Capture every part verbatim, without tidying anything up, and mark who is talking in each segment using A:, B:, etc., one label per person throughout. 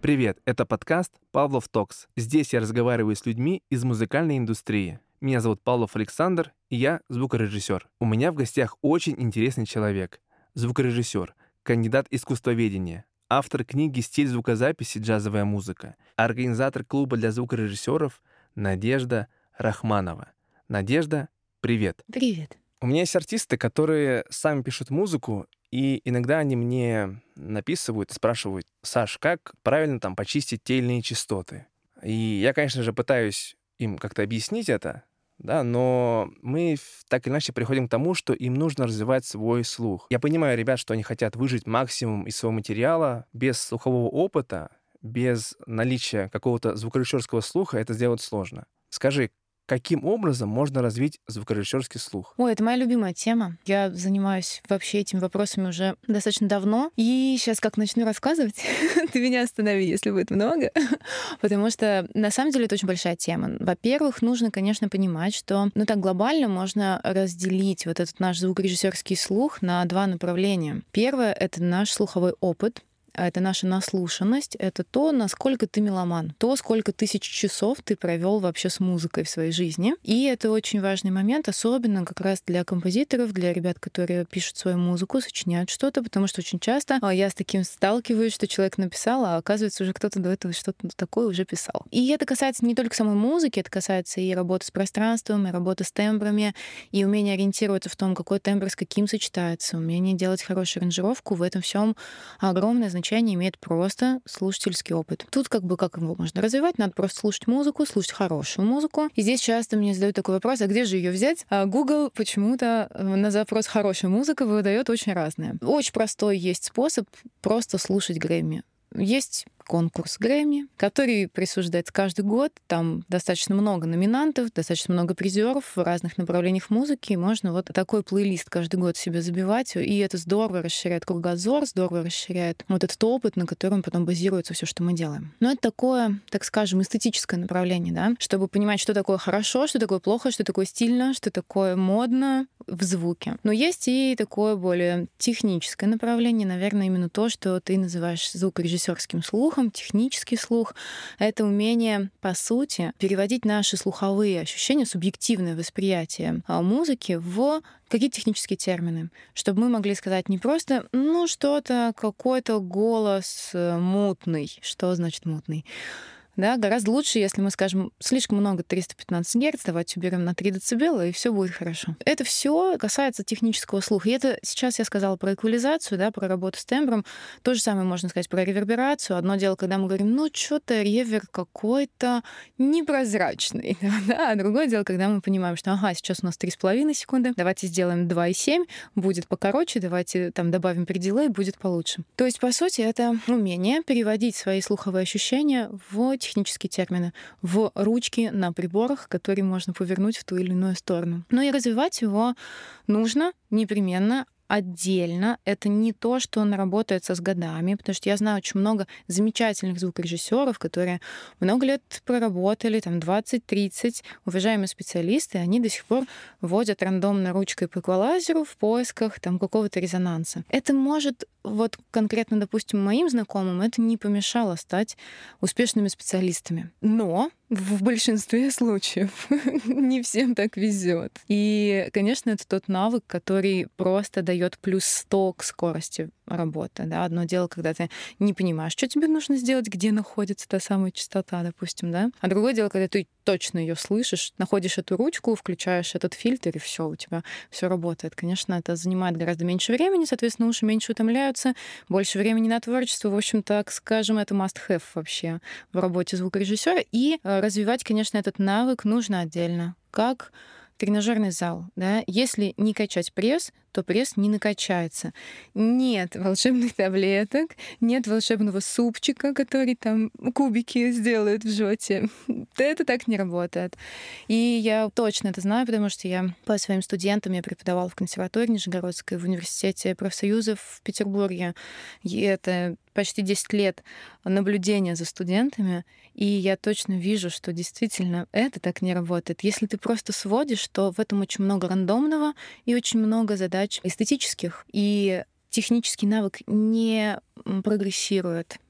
A: Привет, это подкаст «Павлов Токс». Здесь я разговариваю с людьми из музыкальной индустрии. Меня зовут Павлов Александр, и я звукорежиссер. У меня в гостях очень интересный человек. Звукорежиссер, кандидат искусствоведения, автор книги «Стиль звукозаписи. Джазовая музыка», организатор клуба для звукорежиссеров Надежда Рахманова. Надежда, привет.
B: Привет.
A: У меня есть артисты, которые сами пишут музыку, и иногда они мне написывают и спрашивают: Саш, как правильно там почистить те или иные частоты? И я, конечно же, пытаюсь им как-то объяснить это, да, но мы так или иначе приходим к тому, что им нужно развивать свой слух. Я понимаю ребят, что они хотят выжать максимум из своего материала. Без слухового опыта, без наличия какого-то звукорежиссерского слуха это сделать сложно. Скажи, каким образом можно развить звукорежиссерский слух?
B: Ой, это моя любимая тема. Я занимаюсь вообще этими вопросами уже достаточно давно. И сейчас как начну рассказывать, ты меня останови, если будет много. Потому что на самом деле это очень большая тема. Во-первых, нужно, конечно, понимать, что ну так глобально можно разделить вот этот наш звукорежиссерский слух на два направления. Первое — это наш слуховой опыт. Это наша наслушанность, это то, насколько ты меломан, то, сколько тысяч часов ты провел вообще с музыкой в своей жизни. И это очень важный момент, особенно как раз для композиторов, для ребят, которые пишут свою музыку, сочиняют что-то, потому что очень часто я с таким сталкиваюсь, что человек написал, а оказывается, уже кто-то до этого что-то такое уже писал. И это касается не только самой музыки, это касается и работы с пространством, и работы с тембрами, и умения ориентироваться в том, какой тембр с каким сочетается, умение делать хорошую аранжировку. В этом всем огромное значение значение имеет просто слушательский опыт. Тут как бы как его можно развивать? Надо просто слушать музыку, слушать хорошую музыку. И здесь часто мне задают такой вопрос: а где же ее взять? А Google почему-то на запрос «хорошая музыка» выдает очень разное. Очень простой есть способ просто слушать Грэмми. Есть конкурс Грэмми, который присуждается каждый год. Там достаточно много номинантов, достаточно много призеров в разных направлениях музыки. И можно вот такой плейлист каждый год себе забивать. И это здорово расширяет кругозор, здорово расширяет вот этот опыт, на котором потом базируется все, что мы делаем. Но это такое, так скажем, эстетическое направление, да, чтобы понимать, что такое хорошо, что такое плохо, что такое стильно, что такое модно в звуке. Но есть и такое более техническое направление, наверное, именно то, что ты называешь звукорежиссерским слухом, технический слух — это умение, по сути, переводить наши слуховые ощущения, субъективное восприятие музыки в какие-то технические термины, чтобы мы могли сказать не просто, ну, что-то, какой-то голос мутный. Что значит мутный? Да, гораздо лучше, если мы скажем слишком много триста пятнадцать герц, давайте уберем на три децибела, и все будет хорошо. Это все касается технического слуха. И это сейчас я сказала про эквализацию, да, про работу с тембром. То же самое можно сказать про реверберацию. Одно дело, когда мы говорим, ну, что-то ревер какой-то непрозрачный, да, а другое дело, когда мы понимаем, что, ага, сейчас у нас три с половиной секунды, давайте сделаем два и семь, будет покороче, давайте там добавим предилей, будет получше. То есть, по сути, это умение переводить свои слуховые ощущения в технические термины, в ручки на приборах, которые можно повернуть в ту или иную сторону. Но и развивать его нужно непременно отдельно. Это не то, что наработается с годами, потому что я знаю очень много замечательных звукорежиссеров, которые много лет проработали, там двадцать-тридцать, уважаемые специалисты, они до сих пор водят рандомно ручкой по эквалайзеру в поисках там какого-то резонанса. Это может, вот конкретно, допустим, моим знакомым, это не помешало стать успешными специалистами. Но в большинстве случаев не всем так везет. И, конечно, это тот навык, который просто дает плюс сто к скорости работы. Да? Одно дело, когда ты не понимаешь, что тебе нужно сделать, где находится та самая частота, допустим, да. А другое дело, когда ты точно ее слышишь, находишь эту ручку, включаешь этот фильтр, и все, у тебя все работает. Конечно, это занимает гораздо меньше времени, соответственно, уши меньше утомляются, больше времени на творчество. В общем, так скажем, это must-have вообще в работе звукорежиссера. И развивать, конечно, этот навык нужно отдельно, как тренажерный зал, да, если не качать пресс, то пресс не накачается. Нет волшебных таблеток, нет волшебного супчика, который там кубики сделает в животе. Это так не работает. И я точно это знаю, потому что я по своим студентам, я преподавала в консерватории Нижегородской, в университете профсоюзов в Петербурге. И это почти десять лет наблюдения за студентами, и я точно вижу, что действительно это так не работает. Если ты просто сводишь, то в этом очень много рандомного и очень много задач эстетических, и технический навык не прогрессирует.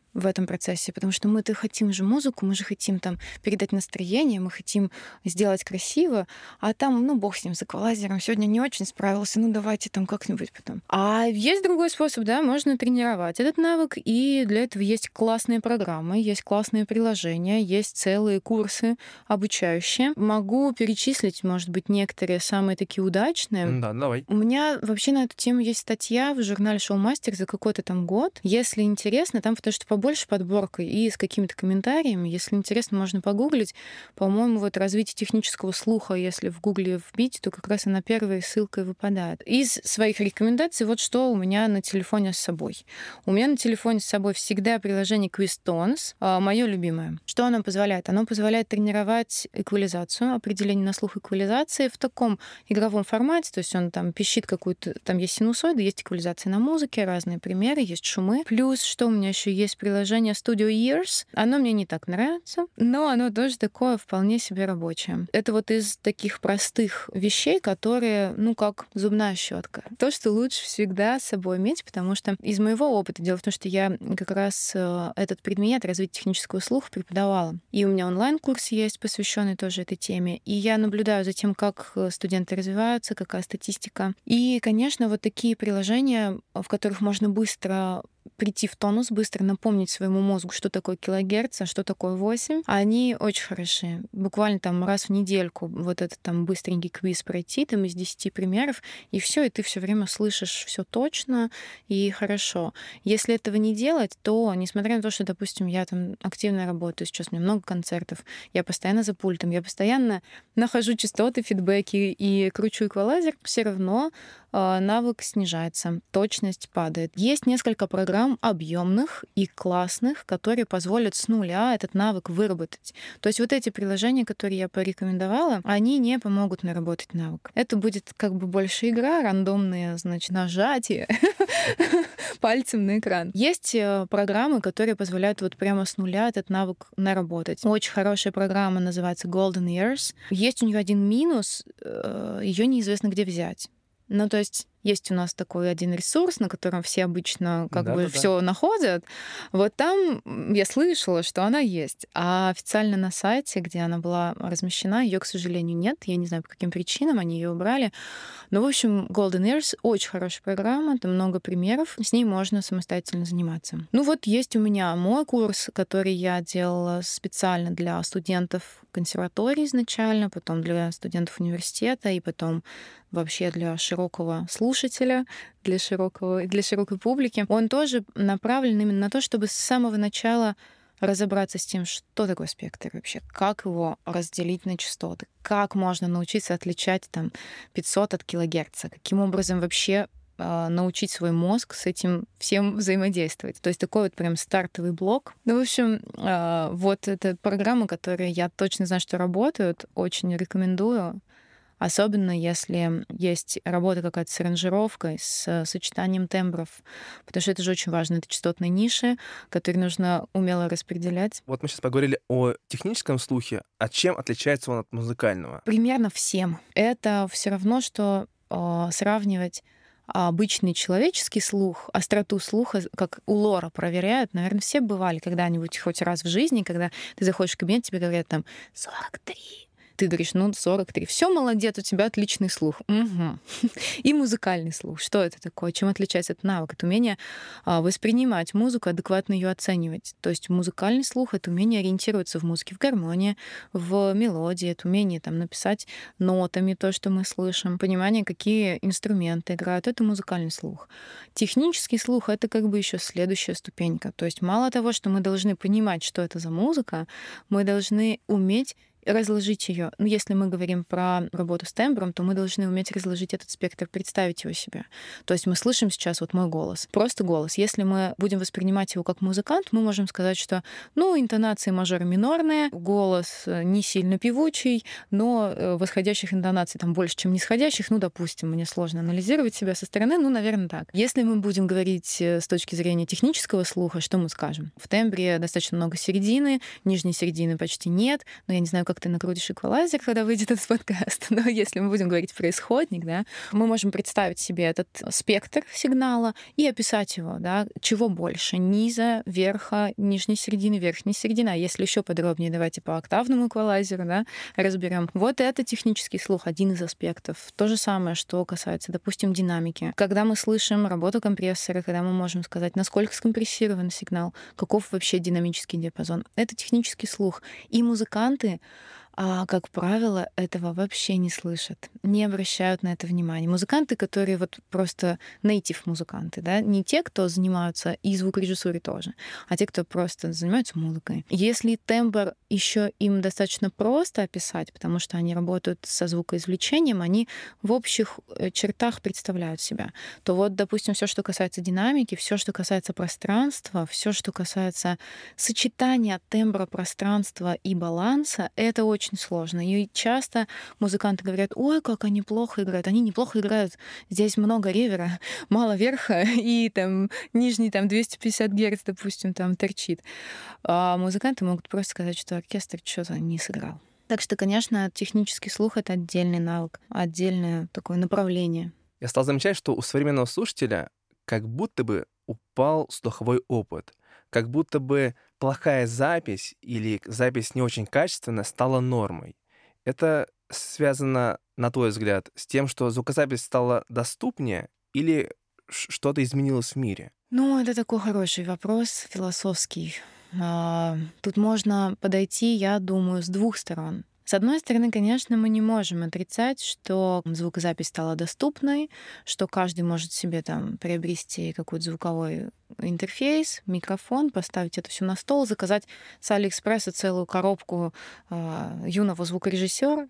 B: в этом процессе, потому что мы-то хотим же музыку, мы же хотим там передать настроение, мы хотим сделать красиво, а там, ну, бог с ним, с эквалайзером, сегодня не очень справился, ну, давайте там как-нибудь потом. А есть другой способ, да, можно тренировать этот навык, и для этого есть классные программы, есть классные приложения, есть целые курсы обучающие. Могу перечислить, может быть, некоторые самые такие удачные.
A: Да, давай.
B: У меня вообще на эту тему есть статья в журнале «Шоумастер» за какой-то там год. Если интересно, там потому что побольше подборка и с какими-то комментариями. Если интересно, можно погуглить. По-моему, вот развитие технического слуха, если в гугле вбить, то как раз она первой ссылкой выпадает. Из своих рекомендаций вот что у меня на телефоне с собой. У меня на телефоне с собой всегда приложение QuizTones, мое любимое. Что оно позволяет? Оно позволяет тренировать эквализацию, определение на слух эквализации в таком игровом формате, то есть он там пищит какую-то, там есть синусоиды, есть эквализация на музыке, разные примеры, есть шумы. Плюс, что у меня еще есть приложение Studio Ears. Оно мне не так нравится, но оно тоже такое вполне себе рабочее. Это вот из таких простых вещей, которые, ну, как зубная щетка. То, что лучше всегда с собой иметь, потому что из моего опыта, дело в том, что я как раз этот предмет развития технического слуха преподавала. И у меня онлайн-курс есть, посвященный тоже этой теме. И я наблюдаю за тем, как студенты развиваются, какая статистика. И, конечно, вот такие приложения, в которых можно быстро прийти в тонус, быстро напомнить своему мозгу, что такое килогерц, а что такое восемь, они очень хороши. Буквально там раз в недельку вот этот там быстренький квиз пройти, там из десяти примеров, и все, и ты все время слышишь все точно и хорошо. Если этого не делать, то, несмотря на то, что, допустим, я там активно работаю, сейчас у меня много концертов, я постоянно за пультом, я постоянно нахожу частоты, фидбэки и кручу эквалайзер, все равно навык снижается, точность падает. Есть несколько программ объемных и классных, которые позволят с нуля этот навык выработать. То есть вот эти приложения, которые я порекомендовала, они не помогут наработать навык. Это будет как бы больше игра, рандомные, значит, нажатия пальцем на экран. Есть программы, которые позволяют вот прямо с нуля этот навык наработать. Очень хорошая программа называется Golden Ears. Есть у нее один минус, ее неизвестно где взять. Ну, то есть есть у нас такой один ресурс, на котором все обычно как
A: Да,
B: бы
A: да, да.
B: все находят. Вот там я слышала, что она есть. А официально на сайте, где она была размещена, ее, к сожалению, нет. Я не знаю, по каким причинам они ее убрали. Но, в общем, Golden Ears очень хорошая программа, там много примеров. С ней можно самостоятельно заниматься. Ну вот есть у меня мой курс, который я делала специально для студентов консерватории изначально, потом для студентов университета и потом вообще для широкого слушателя, для широкого, для широкой публики. Он тоже направлен именно на то, чтобы с самого начала разобраться с тем, что такое спектр вообще, как его разделить на частоты, как можно научиться отличать там пятьсот от килогерца, каким образом вообще э, научить свой мозг с этим всем взаимодействовать. То есть такой вот прям стартовый блок. Ну, в общем, э, вот это программы, которые я точно знаю, что работают, очень рекомендую. Особенно если есть работа какая-то с аранжировкой, с сочетанием тембров, потому что это же очень важно. Это частотные ниши, которые нужно умело распределять.
A: Вот мы сейчас поговорили о техническом слухе. А чем отличается он от музыкального?
B: Примерно всем. Это все равно, что э, сравнивать обычный человеческий слух, остроту слуха, как у Лора проверяют. Наверное, все бывали когда-нибудь хоть раз в жизни, когда ты заходишь в кабинет, тебе говорят там сорок три. Ты говоришь, ну, сорок три. Все, молодец, у тебя отличный слух. Угу. И музыкальный слух. Что это такое? Чем отличается этот навык? Это умение воспринимать музыку, адекватно ее оценивать. То есть музыкальный слух — это умение ориентироваться в музыке, в гармонии, в мелодии, это умение там написать нотами то, что мы слышим, понимание, какие инструменты играют. Это музыкальный слух. Технический слух — это как бы еще следующая ступенька. То есть мало того, что мы должны понимать, что это за музыка, мы должны уметь разложить ее. Ну, если мы говорим про работу с тембром, то мы должны уметь разложить этот спектр, представить его себе. То есть мы слышим сейчас вот мой голос, просто голос. Если мы будем воспринимать его как музыкант, мы можем сказать, что, ну, интонации мажор-минорные, голос не сильно певучий, но восходящих интонаций там больше, чем нисходящих. Ну, допустим, мне сложно анализировать себя со стороны, ну, наверное, так. Если мы будем говорить с точки зрения технического слуха, что мы скажем? В тембре достаточно много середины, нижней середины почти нет, но я не знаю, как как ты накрутишь эквалайзер, когда выйдет этот подкаст. Но если мы будем говорить про исходник, да, мы можем представить себе этот спектр сигнала и описать его, да, чего больше, низа, верха, нижней середины, верхней середины. А если еще подробнее, давайте по октавному эквалайзеру, да, разберем. Вот это технический слух, один из аспектов. То же самое, что касается, допустим, динамики. Когда мы слышим работу компрессора, когда мы можем сказать, насколько скомпрессирован сигнал, каков вообще динамический диапазон. Это технический слух. И музыканты, а, как правило, этого вообще не слышат, не обращают на это внимания. Музыканты, которые вот просто native музыканты, да, не те, кто занимаются и звукорежиссурой тоже, а те, кто просто занимаются музыкой. Если тембр еще им достаточно просто описать, потому что они работают со звукоизвлечением, они в общих чертах представляют себя, то вот, допустим, все, что касается динамики, все, что касается пространства, все, что касается сочетания тембра, пространства и баланса, это очень очень сложно. И часто музыканты говорят, ой, как они плохо играют. Они неплохо играют. Здесь много ревера, мало верха, и там нижний там двести пятьдесят герц, допустим, там торчит. А музыканты могут просто сказать, что оркестр что-то не сыграл. Так что, конечно, технический слух — это отдельный навык, отдельное такое направление.
A: Я стал замечать, что у современного слушателя как будто бы упал слуховой опыт. Как будто бы плохая запись или запись не очень качественная стала нормой. Это связано, на твой взгляд, с тем, что звукозапись стала доступнее или что-то изменилось в мире?
B: Ну, это такой хороший вопрос, философский. Тут можно подойти, я думаю, с двух сторон. С одной стороны, конечно, мы не можем отрицать, что звукозапись стала доступной, что каждый может себе там приобрести какой-то звуковой интерфейс, микрофон, поставить это все на стол, заказать с Алиэкспресса целую коробку э, юного звукорежиссера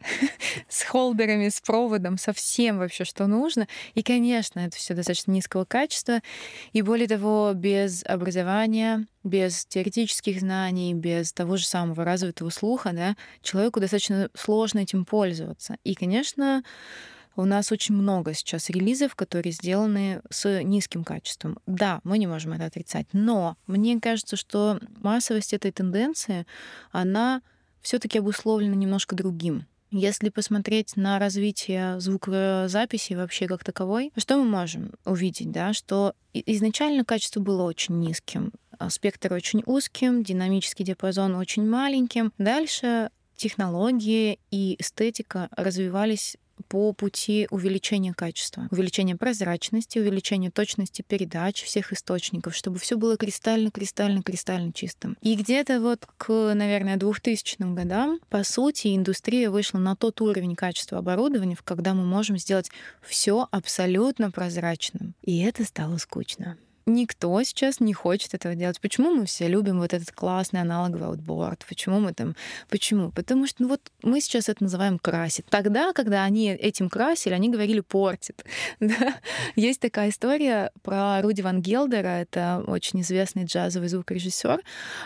B: с холдерами, с проводом, со всем вообще, что нужно. И, конечно, это все достаточно низкого качества. И более того, без образования, без теоретических знаний, без того же самого развитого слуха, да, человеку достаточно сложно этим пользоваться. И, конечно, у нас очень много сейчас релизов, которые сделаны с низким качеством. Да, мы не можем это отрицать, но мне кажется, что массовость этой тенденции, она все-таки обусловлена немножко другим. Если посмотреть на развитие звукозаписи вообще как таковой, что мы можем увидеть, да, что изначально качество было очень низким, спектр очень узким, динамический диапазон очень маленьким. Дальше технологии и эстетика развивались по пути увеличения качества, увеличения прозрачности, увеличения точности передач всех источников, чтобы все было кристально-кристально-кристально чистым. И где-то вот к, наверное, двухтысячным годам, по сути, индустрия вышла на тот уровень качества оборудования, когда мы можем сделать все абсолютно прозрачным. И это стало скучно. Никто сейчас не хочет этого делать. Почему мы все любим вот этот классный аналоговый аутборд? Почему мы там... Почему? Потому что ну, вот мы сейчас это называем красит. Тогда, когда они этим красили, они говорили портит. Да? Есть такая история про Руди Ван Гелдера, это очень известный джазовый звукорежиссер,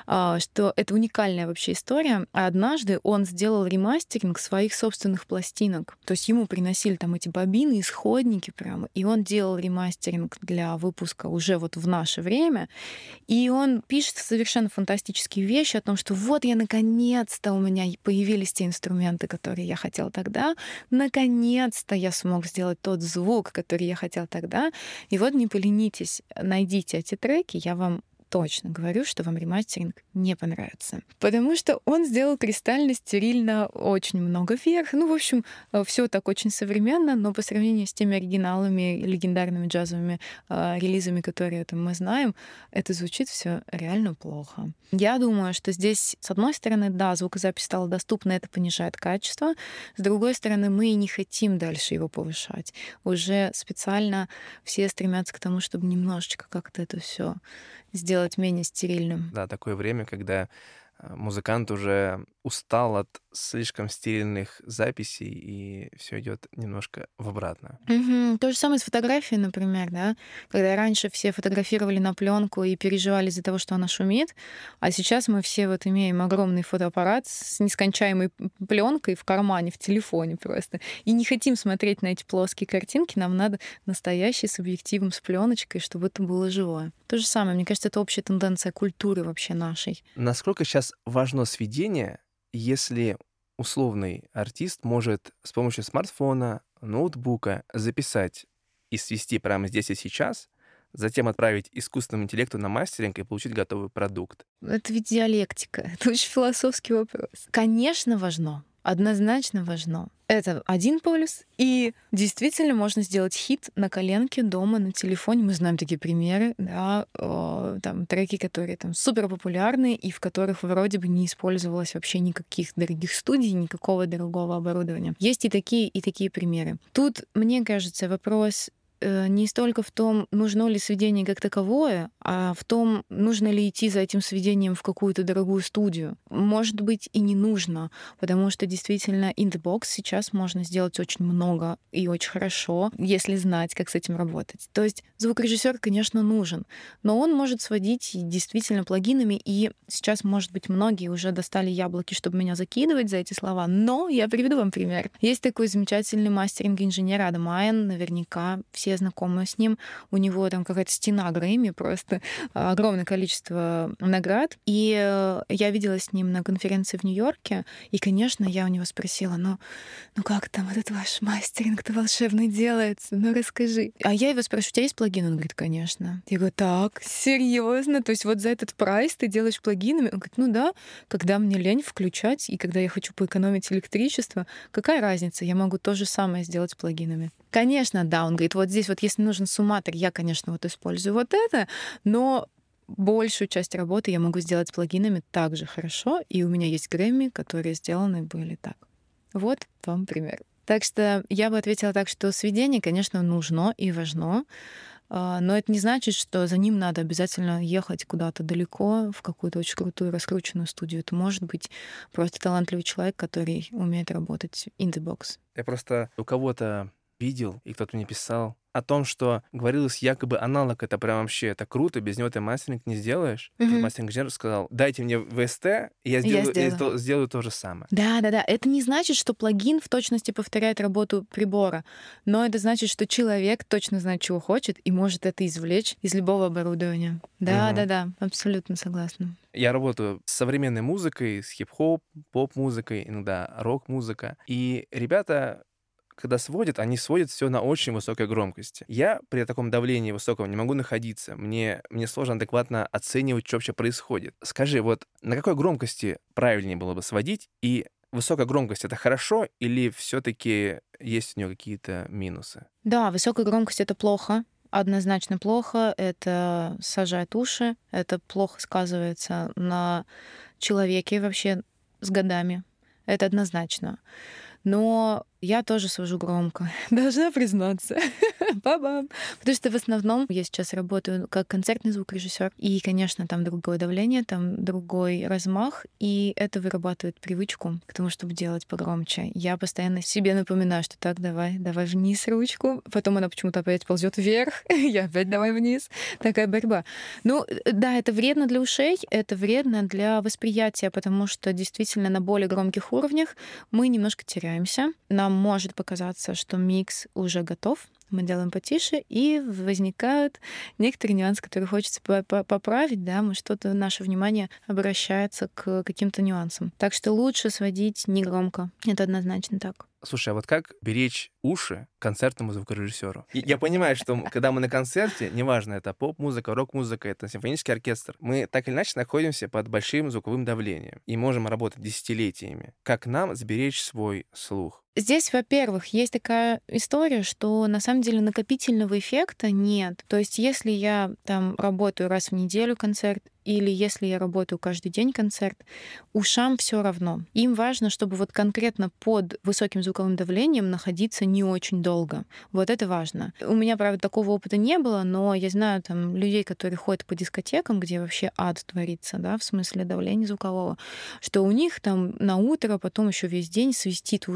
B: что это уникальная вообще история. Однажды он сделал ремастеринг своих собственных пластинок. То есть ему приносили там эти бобины, исходники прямо, и он делал ремастеринг для выпуска уже вот в наше время, и он пишет совершенно фантастические вещи о том, что вот я наконец-то, у меня появились те инструменты, которые я хотел тогда, наконец-то я смог сделать тот звук, который я хотел тогда, и вот не поленитесь, найдите эти треки, я вам точно говорю, что вам ремастеринг не понравится. Потому что он сделал кристально, стерильно, очень много вверх. Ну, в общем, все так очень современно, но по сравнению с теми оригиналами, легендарными джазовыми э, релизами, которые там, мы знаем, это звучит все реально плохо. Я думаю, что здесь, с одной стороны, да, звукозапись стала доступна, это понижает качество. С другой стороны, мы и не хотим дальше его повышать. Уже специально все стремятся к тому, чтобы немножечко как-то это все сделать менее стерильным.
A: Да, такое время, когда музыкант уже устал от слишком стерильных записей, и все идет немножко в обратно.
B: Угу. То же самое с фотографией, например, да, когда раньше все фотографировали на пленку и переживали из-за того, что она шумит, а сейчас мы все вот имеем огромный фотоаппарат с нескончаемой пленкой в кармане, в телефоне просто, и не хотим смотреть на эти плоские картинки, нам надо настоящий с объективом, с пленочкой, чтобы это было живое. То же самое, мне кажется, это общая тенденция культуры вообще нашей.
A: Насколько сейчас важно сведение, если условный артист может с помощью смартфона, ноутбука записать и свести прямо здесь и сейчас, затем отправить искусственному интеллекту на мастеринг и получить готовый продукт?
B: Это ведь диалектика. Это очень философский вопрос. Конечно, важно. Однозначно важно. Это один полюс. И действительно можно сделать хит на коленке дома, на телефоне. Мы знаем такие примеры, да, о, там треки, которые там супер популярны и в которых вроде бы не использовалось вообще никаких дорогих студий, никакого дорогого оборудования. Есть и такие, и такие примеры. Тут, мне кажется, вопрос не столько в том, нужно ли сведение как таковое, а в том, нужно ли идти за этим сведением в какую-то дорогую студию. Может быть, и не нужно, потому что действительно in the box сейчас можно сделать очень много и очень хорошо, если знать, как с этим работать. То есть звукорежиссер, конечно, нужен, но он может сводить действительно плагинами, и сейчас, может быть, многие уже достали яблоки, чтобы меня закидывать за эти слова, но я приведу вам пример. Есть такой замечательный мастеринг-инженер Адам Айен, наверняка все знакомы с ним. У него там какая-то стена Грэмми, просто огромное количество наград. И я виделась с ним на конференции в Нью-Йорке, и, конечно, я у него спросила, ну, ну как там этот ваш мастеринг-то волшебный делается? Ну, расскажи. А я его спрашиваю, у тебя есть плагин? Он говорит, конечно. Я говорю, так, серьезно? То есть вот за этот прайс ты делаешь плагинами? Он говорит, ну да, когда мне лень включать, и когда я хочу поэкономить электричество, какая разница? Я могу то же самое сделать плагинами. Конечно, да, он говорит, вот здесь вот если нужен сумматор, я, конечно, вот использую вот это, но большую часть работы я могу сделать с плагинами так же хорошо, и у меня есть Грэмми, которые сделаны были так. Вот вам пример. Так что я бы ответила так, что сведение, конечно, нужно и важно, но это не значит, что за ним надо обязательно ехать куда-то далеко, в какую-то очень крутую раскрученную студию. Это может быть просто талантливый человек, который умеет работать in the box.
A: Я просто у кого-то видел, и кто-то мне писал о том, что говорилось, якобы аналог — это прям вообще, это круто, без него ты мастеринг не сделаешь.
B: Мгм.
A: Мастеринг-инженер сказал, дайте мне ви эс ти, и я
B: Я
A: сделаю, я
B: сделаю.
A: сделаю, сделаю то же самое.
B: Да-да-да, это не значит, что плагин в точности повторяет работу прибора, но это значит, что человек точно знает, чего хочет, и может это извлечь из любого оборудования. Да-да-да, абсолютно согласна.
A: Я работаю с современной музыкой, с хип-хоп, поп-музыкой, иногда рок-музыка. И ребята, когда сводят, они сводят все на очень высокой громкости. Я при таком давлении высоком не могу находиться. Мне, мне сложно адекватно оценивать, что вообще происходит. Скажи, вот на какой громкости правильнее было бы сводить? И высокая громкость — это хорошо или все-таки есть у нее какие-то минусы?
B: Да, высокая громкость — это плохо. Однозначно плохо. Это сажает уши. Это плохо сказывается на человеке вообще с годами. Это однозначно. Но я тоже свожу громко, должна признаться. Ба-бам. Потому что в основном я сейчас работаю как концертный звукорежиссер, и, конечно, там другое давление, там другой размах, и это вырабатывает привычку к тому, чтобы делать погромче. Я постоянно себе напоминаю, что так, давай, давай вниз ручку, потом она почему-то опять ползет вверх, я опять давай вниз. Такая борьба. Ну, да, это вредно для ушей, это вредно для восприятия, потому что действительно на более громких уровнях мы немножко теряемся. Нам может показаться, что микс уже готов, мы делаем потише, и возникают некоторые нюансы, которые хочется поправить, да, мы что-то, наше внимание обращается к каким-то нюансам. Так что лучше сводить не громко. Это однозначно так.
A: Слушай, а вот как беречь уши концертному звукорежиссеру? И я понимаю, что когда мы на концерте, неважно, это поп-музыка, рок-музыка, это симфонический оркестр, мы так или иначе находимся под большим звуковым давлением и можем работать десятилетиями. Как нам сберечь свой слух?
B: Здесь, во-первых, есть такая история, что на самом деле накопительного эффекта нет. То есть если я там работаю раз в неделю концерт, или если я работаю каждый день концерт, ушам все равно. Им важно, чтобы вот конкретно под высоким звуковым давлением находиться не очень долго. Вот это важно. У меня, правда, такого опыта не было, но я знаю там людей, которые ходят по дискотекам, где вообще ад творится, да, в смысле давления звукового, что у них там на утро, потом еще весь день свистит в ушах,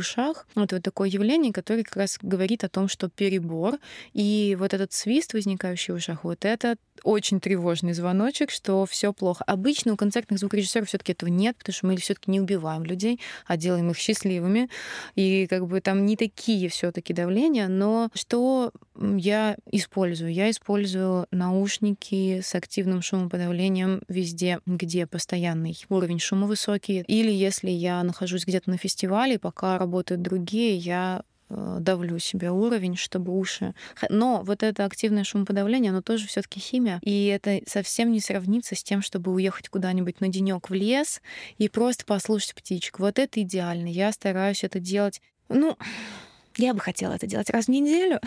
B: Вот, вот такое явление, которое как раз говорит о том, что перебор. И вот этот свист, возникающий в ушах, вот это очень тревожный звоночек, что все плохо. Обычно у концертных звукорежиссеров все таки этого нет, потому что мы все таки не убиваем людей, а делаем их счастливыми. И как бы там не такие все таки давления. Но что я использую? Я использую наушники с активным шумоподавлением везде, где постоянный уровень шума высокий. Или если я нахожусь где-то на фестивале, пока работают другие, я давлю себе уровень, чтобы уши... Но вот это активное шумоподавление, оно тоже все таки химия, и это совсем не сравнится с тем, чтобы уехать куда-нибудь на денек в лес и просто послушать птичек. Вот это идеально. Я стараюсь это делать, ну, я бы хотела это делать раз в неделю.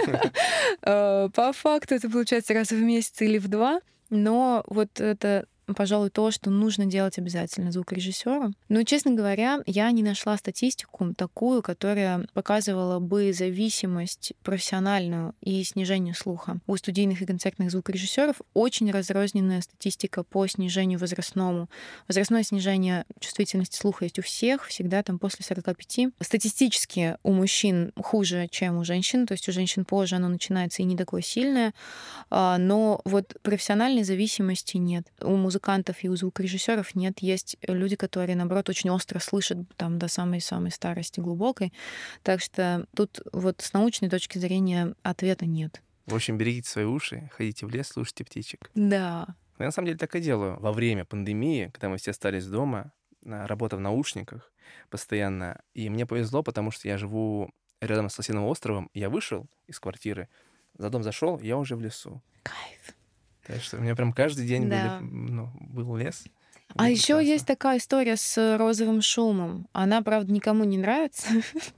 B: По факту это получается раз в месяц или в два, но вот это, пожалуй, то, что нужно делать обязательно звукорежиссеру. Но, честно говоря, я не нашла статистику такую, которая показывала бы зависимость профессиональную и снижение слуха. У студийных и концертных звукорежиссеров очень разрозненная статистика по снижению возрастному. Возрастное снижение чувствительности слуха есть у всех, всегда там после сорока пяти. Статистически у мужчин хуже, чем у женщин, то есть у женщин позже оно начинается и не такое сильное, но вот профессиональной зависимости нет. У музыкантов и у звукорежиссеров нет. Есть люди, которые, наоборот, очень остро слышат там до самой-самой старости глубокой. Так что тут вот с научной точки зрения ответа нет.
A: В общем, берегите свои уши, ходите в лес, слушайте птичек.
B: Да.
A: Я на самом деле так и делаю. Во время пандемии, когда мы все остались дома, работа в наушниках постоянно. И мне повезло, потому что я живу рядом с Лосиным островом. Я вышел из квартиры, за дом зашел, я уже в лесу.
B: Кайф.
A: Так что у меня прям каждый день
B: Да.
A: были, ну, был лес.
B: А
A: И
B: еще
A: прекрасно.
B: есть такая история с розовым шумом. Она, правда, никому не нравится.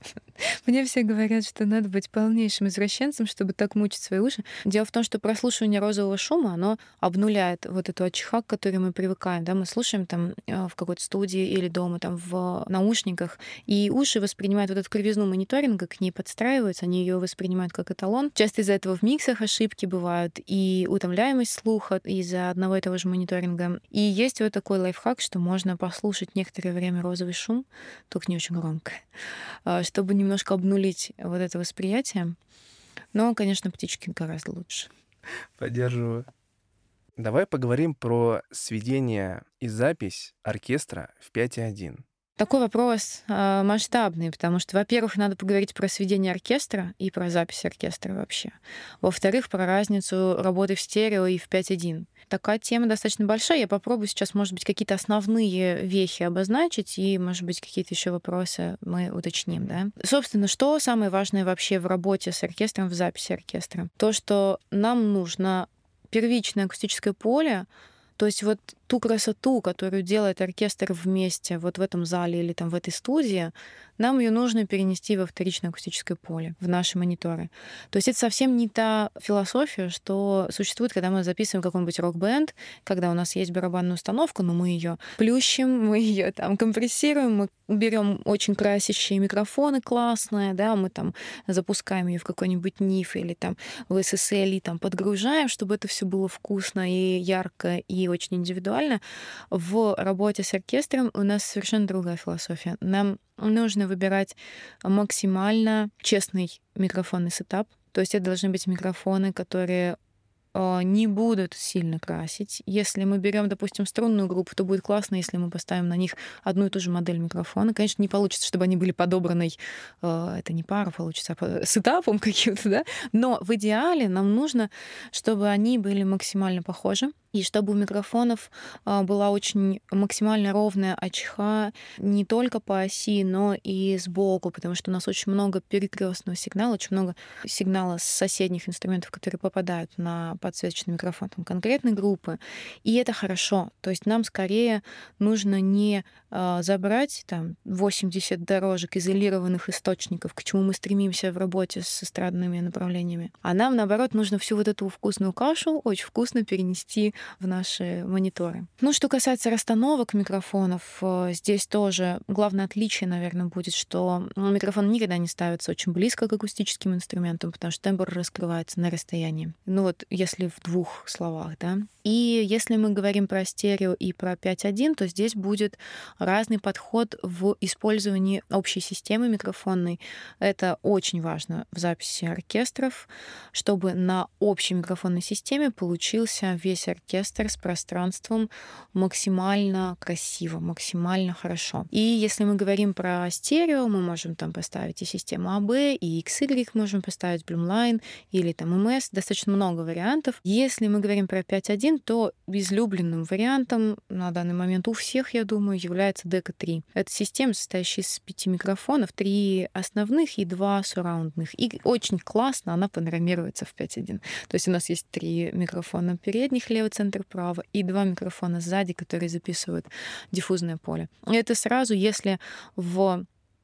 B: Мне все говорят, что надо быть полнейшим извращенцем, чтобы так мучить свои уши. Дело в том, что прослушивание розового шума, оно обнуляет вот эту АЧХ, к которой мы привыкаем. Да? Мы слушаем там э, в какой-то студии или дома, там в наушниках, и уши воспринимают вот эту кривизну мониторинга, к ней подстраиваются, они ее воспринимают как эталон. Часто из-за этого в миксах ошибки бывают, и утомляемость слуха из-за одного и того же мониторинга. И есть вот такой лайфхак, что можно послушать некоторое время розовый шум, только не очень громко, чтобы немножко обнулить вот это восприятие. Но, конечно, птички гораздо лучше.
A: Поддерживаю. Давай поговорим про сведение и запись оркестра в пять и один.
B: Такой вопрос э, масштабный, потому что, во-первых, надо поговорить про сведение оркестра и про запись оркестра вообще. Во-вторых, про разницу работы в стерео и в пять и один. Такая тема достаточно большая. Я попробую сейчас, может быть, какие-то основные вехи обозначить, и, может быть, какие-то еще вопросы мы уточним. Да? Собственно, что самое важное вообще в работе с оркестром, в записи оркестра? То, что нам нужно первичное акустическое поле, то есть вот ту красоту, которую делает оркестр вместе вот в этом зале или там в этой студии, нам ее нужно перенести во вторичное акустическое поле, в наши мониторы. То есть это совсем не та философия, что существует, когда мы записываем какой-нибудь рок-бенд, когда у нас есть барабанная установка, но мы ее плющим, мы ее там компрессируем, мы берем очень красящие микрофоны классные, да, мы там запускаем ее в какой-нибудь ниф или там в эс эс эл и там подгружаем, чтобы это все было вкусно и ярко и очень индивидуально. В работе с оркестром у нас совершенно другая философия. Нам нужно выбирать максимально честный микрофонный сетап. То есть это должны быть микрофоны, которые не будут сильно красить. Если мы берем, допустим, струнную группу, то будет классно, если мы поставим на них одну и ту же модель микрофона. Конечно, не получится, чтобы они были подобраны, это не пара получится, а сетапом каким-то, да? Но в идеале нам нужно, чтобы они были максимально похожи, и чтобы у микрофонов была очень максимально ровная АЧХ не только по оси, но и сбоку, потому что у нас очень много перекрестного сигнала, очень много сигнала с соседних инструментов, которые попадают на подсвеченный микрофон там, конкретной группы. И это хорошо. То есть нам скорее нужно не забрать там восемьдесят дорожек изолированных источников, к чему мы стремимся в работе с эстрадными направлениями, а нам, наоборот, нужно всю вот эту вкусную кашу очень вкусно перенести в наши мониторы. Ну, что касается расстановок микрофонов, здесь тоже главное отличие, наверное, будет, что микрофон никогда не ставится очень близко к акустическим инструментам, потому что тембр раскрывается на расстоянии. Ну вот, если в двух словах, да. И если мы говорим про стерео и про пять один, то здесь будет разный подход в использовании общей системы микрофонной. Это очень важно в записи оркестров, чтобы на общей микрофонной системе получился весь оркестр с пространством максимально красиво, максимально хорошо. И если мы говорим про стерео, мы можем там поставить и систему эй би, и икс игрек можем поставить, Blumline или там эм эс, достаточно много вариантов. Если мы говорим про пять один, то излюбленным вариантом на данный момент у всех, я думаю, является дека три. Это система, состоящая из пяти микрофонов, три основных и два сурраундных. И очень классно она панорамируется в пять один. То есть у нас есть три микрофона передних, левый, центр, право, и два микрофона сзади, которые записывают диффузное поле. И это сразу, если в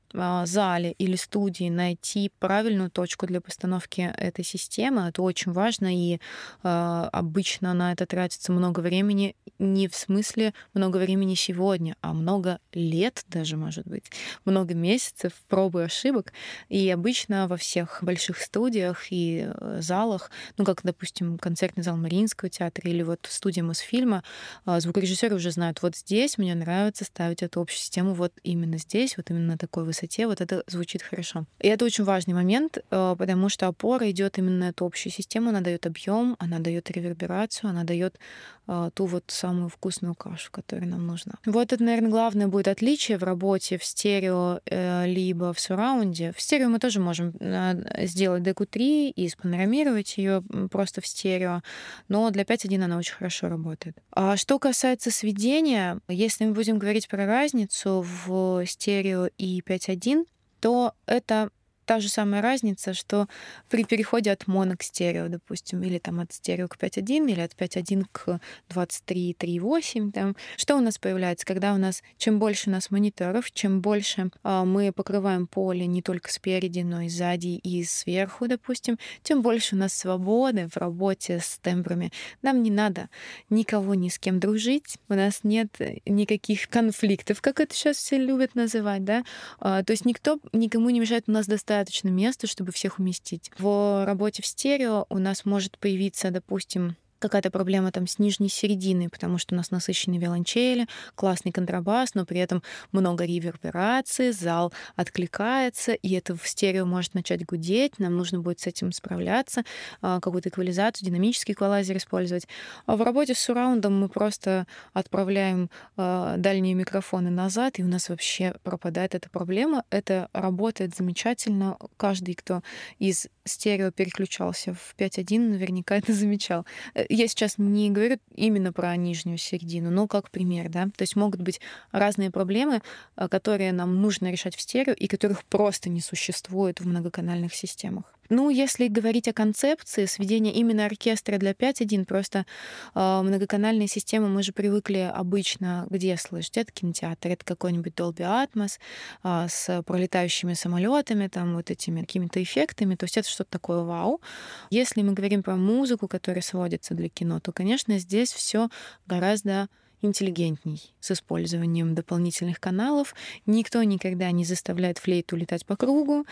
B: зале или студии найти правильную точку для постановки этой системы, это очень важно, и э, обычно на это тратится много времени, не в смысле много времени сегодня, а много лет даже, может быть, много месяцев проб и ошибок. И обычно во всех больших студиях и залах, ну, как, допустим, концертный зал Мариинского театра или вот студия Мосфильма, звукорежиссеры уже знают, вот здесь мне нравится ставить эту общую систему, вот именно здесь, вот именно на такой высоте, вот это звучит хорошо. И это очень важный момент, потому что опора идет именно на эту общую систему, она дает объем, она дает реверберацию, она дает ту вот самую вкусную кашу, которая нам нужна. Вот это, наверное, главное будет отличие в работе в стерео либо в сурраунде. В стерео мы тоже можем сделать деку три и спанорамировать ее просто в стерео, но для пять один она очень хорошо работает. А что касается сведения, если мы будем говорить про разницу в стерео и пять один, то это та же самая разница, что при переходе от моно к стерео, допустим, или там от стерео к пять один, или от пять один к двадцать три три восемь. Там. Что у нас появляется, когда у нас, чем больше у нас мониторов, чем больше а, мы покрываем поле не только спереди, но и сзади, и сверху, допустим, тем больше у нас свободы в работе с тембрами. Нам не надо никого ни с кем дружить, у нас нет никаких конфликтов, как это сейчас все любят называть, да. А, то есть никто никому не мешает, у нас достаточно достаточно места, чтобы всех уместить. В работе в стерео у нас может появиться, допустим, какая-то проблема там с нижней серединой, потому что у нас насыщенные виолончели, классный контрабас, но при этом много реверберации, зал откликается, и это в стерео может начать гудеть, нам нужно будет с этим справляться, какую-то эквализацию, динамический эквалайзер использовать. А в работе с сурраундом мы просто отправляем дальние микрофоны назад, и у нас вообще пропадает эта проблема. Это работает замечательно. Каждый, кто из стерео переключался в пять один, наверняка это замечал. Я сейчас не говорю именно про нижнюю середину, но как пример, да. То есть могут быть разные проблемы, которые нам нужно решать в стерео и которых просто не существует в многоканальных системах. Ну, если говорить о концепции сведения именно оркестра для пять один, просто э, многоканальные системы мы же привыкли обычно где слышать? Это кинотеатр, это какой-нибудь Dolby Atmos э, с пролетающими самолетами, там вот этими какими-то эффектами. То есть это что-то такое вау. Если мы говорим про музыку, которая сводится для кино, то, конечно, здесь все гораздо интеллигентней, с использованием дополнительных каналов. Никто никогда не заставляет флейту летать по кругу.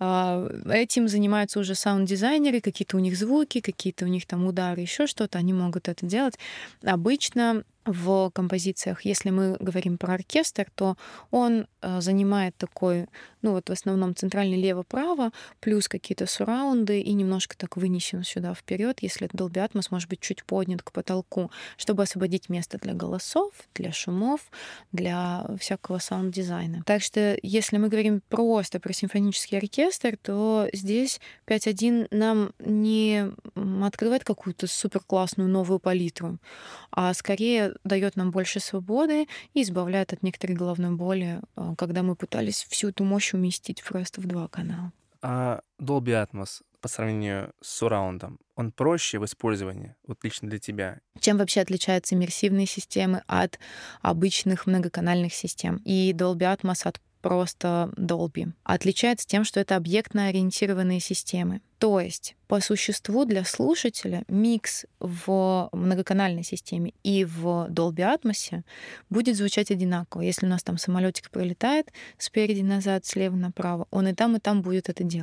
B: Этим занимаются уже саунд-дизайнеры, какие-то у них звуки, какие-то у них там удары, еще что-то, они могут это делать. Обычно в композициях, если мы говорим про оркестр, то он занимает такой, ну вот в основном центральный лево-право, плюс какие-то сурраунды и немножко так вынесен сюда вперед, если это Dolby Atmos, может быть, чуть поднят к потолку, чтобы освободить место для голосов, для шумов, для всякого саунд-дизайна. Так что, если мы говорим просто про симфонический оркестр, то здесь пять один нам не открывает какую-то суперклассную новую палитру, а скорее дает нам больше свободы и избавляет от некоторой головной боли, когда мы пытались всю эту мощь уместить просто в два канала.
A: А Dolby Atmos по сравнению с сурраундом, он проще в использовании, вот лично для тебя?
B: Чем вообще отличаются иммерсивные системы от обычных многоканальных систем? И Dolby Atmos от просто Dolby. Отличается тем, что это объектно-ориентированные системы. То есть, по существу для слушателя микс в многоканальной системе и в Dolby Atmos будет звучать одинаково. Если у нас там самолетик пролетает спереди назад, слева направо, он и там, и там будет это делать.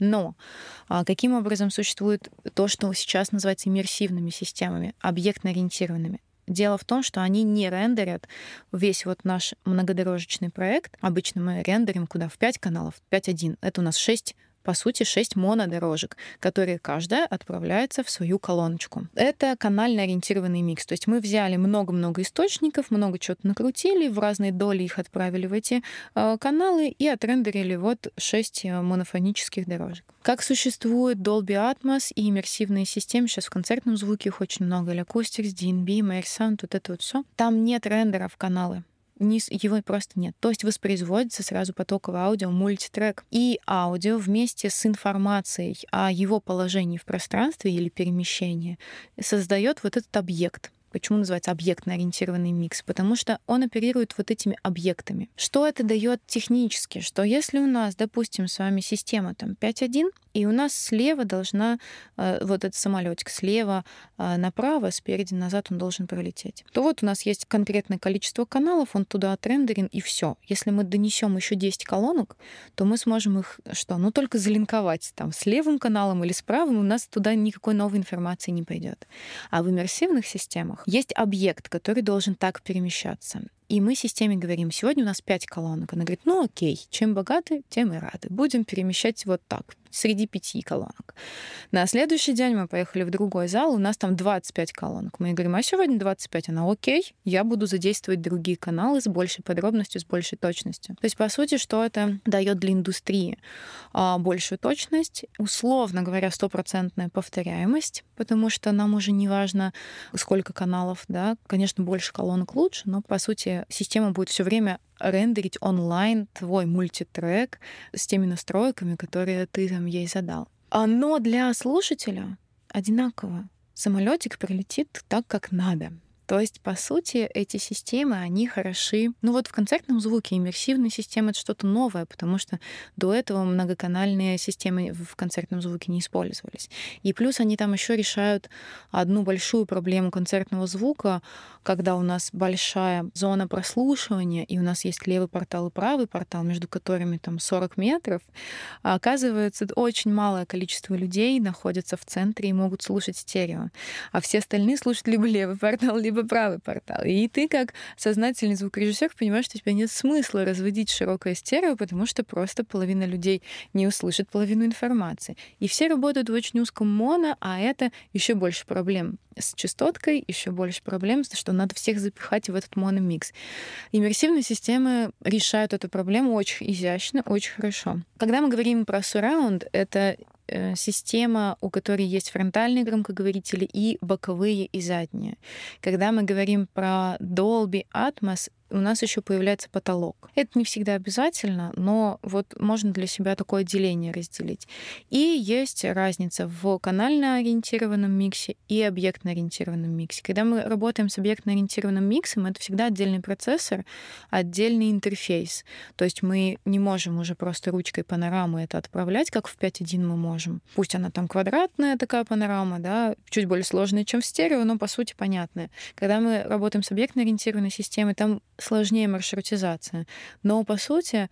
B: Но а, каким образом существует то, что сейчас называется иммерсивными системами, объектно-ориентированными? Дело в том, что они не рендерят весь вот наш многодорожечный проект. Обычно мы рендерим куда? В пять каналов, пять точка один. Это у нас шесть, по сути, шесть монодорожек, которые каждая отправляется в свою колоночку. Это канально-ориентированный микс. То есть мы взяли много-много источников, много чего-то накрутили, в разные доли их отправили в эти э, каналы и отрендерили вот шесть монофонических дорожек. Как существует Dolby Atmos и иммерсивные системы, сейчас в концертном звуке их очень много, или Acoustics, ди эн би, Meyer Sound, вот это вот все. Там нет рендера в каналы. Его просто нет. То есть воспроизводится сразу потоковое аудио, мультитрек. И аудио вместе с информацией о его положении в пространстве или перемещении создает вот этот объект. Почему называется объектно-ориентированный микс? Потому что он оперирует вот этими объектами. Что это дает технически? Что если у нас, допустим, с вами система там пять точка один, и у нас слева должна, э, вот этот самолетик слева э, направо, спереди назад он должен пролететь, то вот у нас есть конкретное количество каналов, он туда отрендерен, и все. Если мы донесем еще десять колонок, то мы сможем их что? Ну, только залинковать там с левым каналом или с правым, у нас туда никакой новой информации не пойдет. А в иммерсивных системах есть объект, который должен так перемещаться. И мы системе говорим, сегодня у нас пять колонок. Она говорит, ну окей, чем богаты, тем и рады. Будем перемещать вот так, среди пяти колонок. На следующий день мы поехали в другой зал, у нас там двадцать пять колонок. Мы говорим, а сегодня двадцать пять. Она, окей, я буду задействовать другие каналы с большей подробностью, с большей точностью. То есть, по сути, что это дает для индустрии? А, большую точность, условно говоря, стопроцентная повторяемость, потому что нам уже не важно, сколько каналов, да, конечно, больше колонок лучше, но, по сути, система будет все время рендерить онлайн твой мультитрек с теми настройками, которые ты там ей задал. Но для слушателя одинаково. Самолетик прилетит так, как надо. То есть, по сути, эти системы, они хороши. Ну вот в концертном звуке иммерсивная система — это что-то новое, потому что до этого многоканальные системы в концертном звуке не использовались. И плюс они там еще решают одну большую проблему концертного звука, когда у нас большая зона прослушивания, и у нас есть левый портал и правый портал, между которыми там сорок метров, а оказывается, очень малое количество людей находятся в центре и могут слушать стерео, а все остальные слушают либо левый портал, либо правый портал. И ты, как сознательный звукорежиссер, понимаешь, что у тебя нет смысла разводить широкое стерео, потому что просто половина людей не услышит половину информации. И все работают в очень узком моно, а это еще больше проблем с частоткой, еще больше проблем, что надо всех запихать в этот мономикс. Иммерсивные системы решают эту проблему очень изящно, очень хорошо. Когда мы говорим про surround, это система, у которой есть фронтальные громкоговорители и боковые, и задние. Когда мы говорим про Dolby Atmos, у нас еще появляется потолок. Это не всегда обязательно, но вот можно для себя такое деление разделить. И есть разница в канально-ориентированном миксе и объектно-ориентированном миксе. Когда мы работаем с объектно-ориентированным миксом, это всегда отдельный процессор, отдельный интерфейс. То есть мы не можем уже просто ручкой панорамы это отправлять, как в пять точка один мы можем. Пусть она там квадратная такая панорама, да, чуть более сложная, чем в стерео, но по сути понятная. Когда мы работаем с объектно-ориентированной системой, там сложнее маршрутизация. Но, по сути,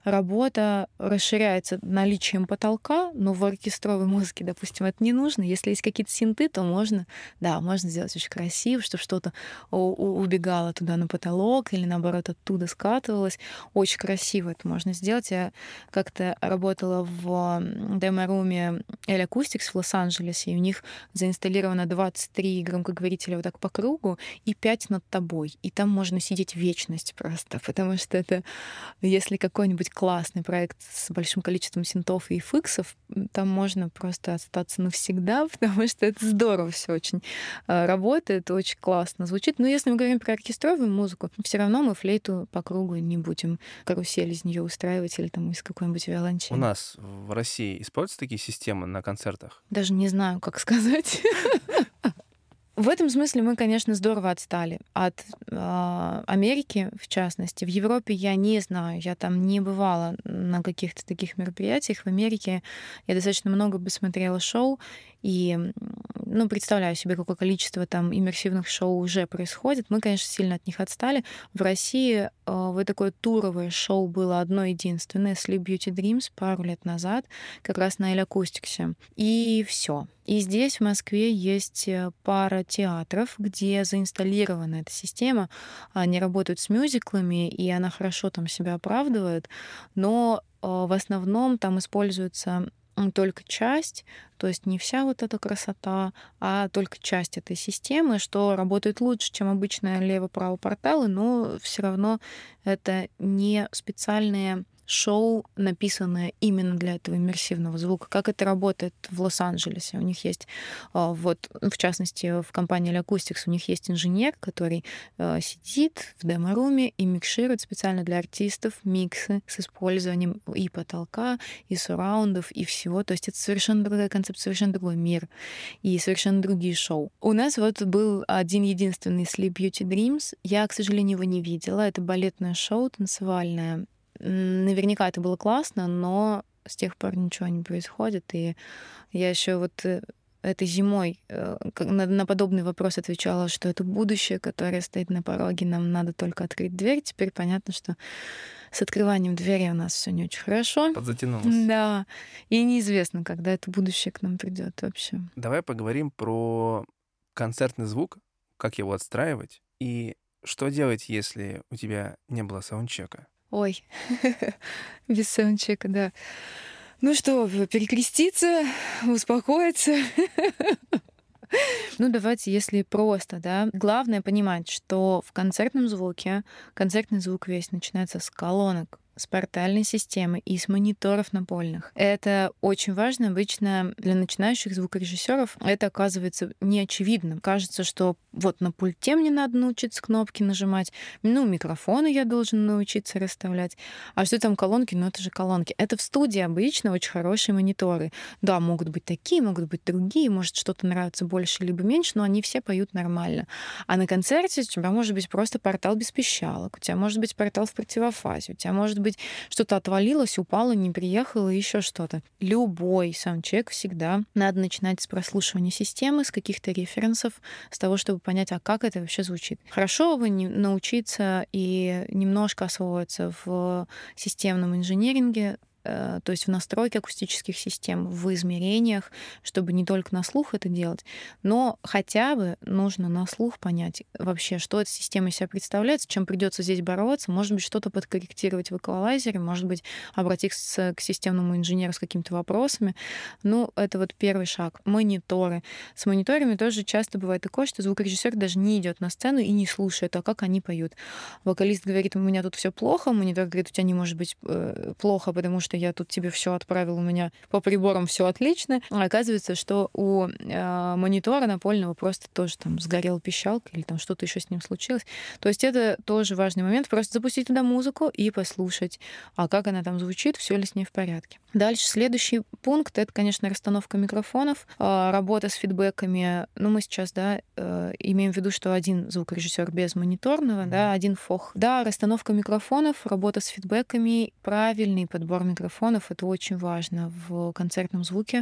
B: работа расширяется наличием потолка, но в оркестровой музыке, допустим, это не нужно. Если есть какие-то синты, то можно, да, можно сделать очень красиво, чтобы что-то убегало туда на потолок или, наоборот, оттуда скатывалось. Очень красиво это можно сделать. Я как-то работала в демо-руме L Acoustics в Лос-Анджелесе, и у них заинсталлировано двадцать три громкоговорителя вот так по кругу и пять над тобой. И там можно сидеть вечность просто, потому что это, если какой-нибудь классный проект с большим количеством синтов и фиксов, там можно просто остаться навсегда, потому что это здорово все очень работает, очень классно звучит. Но если мы говорим про оркестровую музыку, все равно мы флейту по кругу не будем карусель из нее устраивать или там из какой-нибудь виолончели.
A: У нас в России используются такие системы на концертах?
B: Даже не знаю, как сказать. В этом смысле мы, конечно, здорово отстали от а, Америки, в частности. В Европе я не знаю, я там не бывала на каких-то таких мероприятиях. В Америке я достаточно много бы смотрела шоу, и м, ну, представляю себе, какое количество там иммерсивных шоу уже происходит. Мы, конечно, сильно от них отстали. В России а, вот такое туровое шоу было одно единственное, Sleep Beauty Dreams, пару лет назад, как раз на Эль Акустиксе. И все. И здесь, в Москве, есть э, пара театров, где заинсталлирована эта система. Они работают с мюзиклами, и она хорошо там себя оправдывает. Но э, в основном там используется м, только часть, то есть не вся вот эта красота, а только часть этой системы, что работает лучше, чем обычные лево-право порталы, но все равно это не специальные шоу, написанное именно для этого иммерсивного звука. Как это работает в Лос-Анджелесе? У них есть, а, вот, ну, в частности, в компании L Acoustics у них есть инженер, который э, сидит в демо-руме и микширует специально для артистов миксы с использованием и потолка, и сурраундов, и всего. То есть это совершенно другая концепция, совершенно другой мир и совершенно другие шоу. У нас вот был один единственный Sleep Beauty Dreams. Я, к сожалению, его не видела. Это балетное шоу, танцевальное. М, Наверняка это было классно, но с тех пор ничего не происходит. И я еще вот э, этой зимой э, как на, на подобный вопрос отвечала, что это будущее, которое стоит на пороге, нам надо только открыть дверь. Теперь понятно, что с открыванием двери у нас все не очень хорошо.
A: Подзатянулось.
B: Да. И неизвестно, когда это будущее к нам придет вообще.
A: Давай поговорим про концертный звук, как его отстраивать и что делать, если у тебя не было саундчека.
B: Ой, без саундчека, да. Ну что, перекреститься, успокоиться. Ну, давайте, если просто, да. Главное понимать, что в концертном звуке концертный звук весь начинается с колонок, с портальной системы и с мониторов напольных. Это очень важно. Обычно для начинающих звукорежиссеров это оказывается неочевидным. Кажется, что вот на пульте мне надо научиться кнопки нажимать, ну, микрофоны я должен научиться расставлять. А что там колонки? Ну, это же колонки. Это в студии обычно очень хорошие мониторы. Да, могут быть такие, могут быть другие, может, что-то нравится больше либо меньше, но они все поют нормально. А на концерте у тебя может быть просто портал без пищалок, у тебя может быть портал в противофазе, у тебя может быть что-то отвалилось, упало, не приехало, еще что-то. Любой саундчек всегда надо начинать с прослушивания системы, с каких-то референсов, с того, чтобы понять, а как это вообще звучит. Хорошо бы не- научиться и немножко освоиться в системном инженеринге, э, то есть в настройке акустических систем, в измерениях, чтобы не только на слух это делать, но хотя бы нужно на слух понять вообще, что эта система из себя представляет, с чем придется здесь бороться, может быть, что-то подкорректировать в эквалайзере, может быть, обратиться к системному инженеру с какими-то вопросами. Ну, это вот первый шаг. Мониторы. С мониторами тоже часто бывает такое, что звукорежиссер даже не идет на сцену и не слушает, а как они поют. Вокалист говорит, у меня тут все плохо, монитор говорит, у тебя не может быть э, плохо, потому что я тут тебе все отправил, у меня по приборам все отлично. А оказывается, что у э, монитора напольного просто тоже там сгорела пищалка или там что-то еще с ним случилось. То есть это тоже важный момент. Просто запустить туда музыку и послушать, а как она там звучит, все ли с ней в порядке. Дальше следующий пункт — это, конечно, расстановка микрофонов, э, работа с фидбэками. Ну, мы сейчас, да, э, имеем в виду, что один звукорежиссер без мониторного, mm-hmm. да, один фох. Да, расстановка микрофонов, работа с фидбэками, правильный подбор микрофонов — это очень важно в концертном звуке,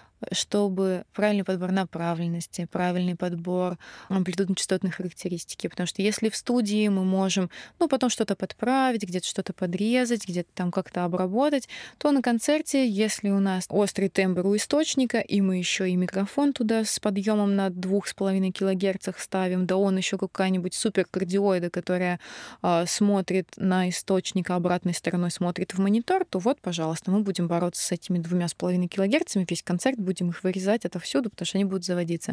B: чтобы правильный подбор направленности, правильный подбор амплитудно-частотной характеристики. Потому что если в студии мы можем, ну, потом что-то подправить, где-то что-то подрезать, где-то там как-то обработать, то на концерте, если у нас острый тембр у источника, и мы еще и микрофон туда с подъемом на двух с половиной килогерцах ставим, да он еще какая-нибудь суперкардиоида, которая э, смотрит на источник, а обратной стороной смотрит в монитор, то вот, пожалуйста, мы будем бороться с этими двумя с половиной килогерцами, весь концерт будем их вырезать отовсюду, потому что они будут заводиться.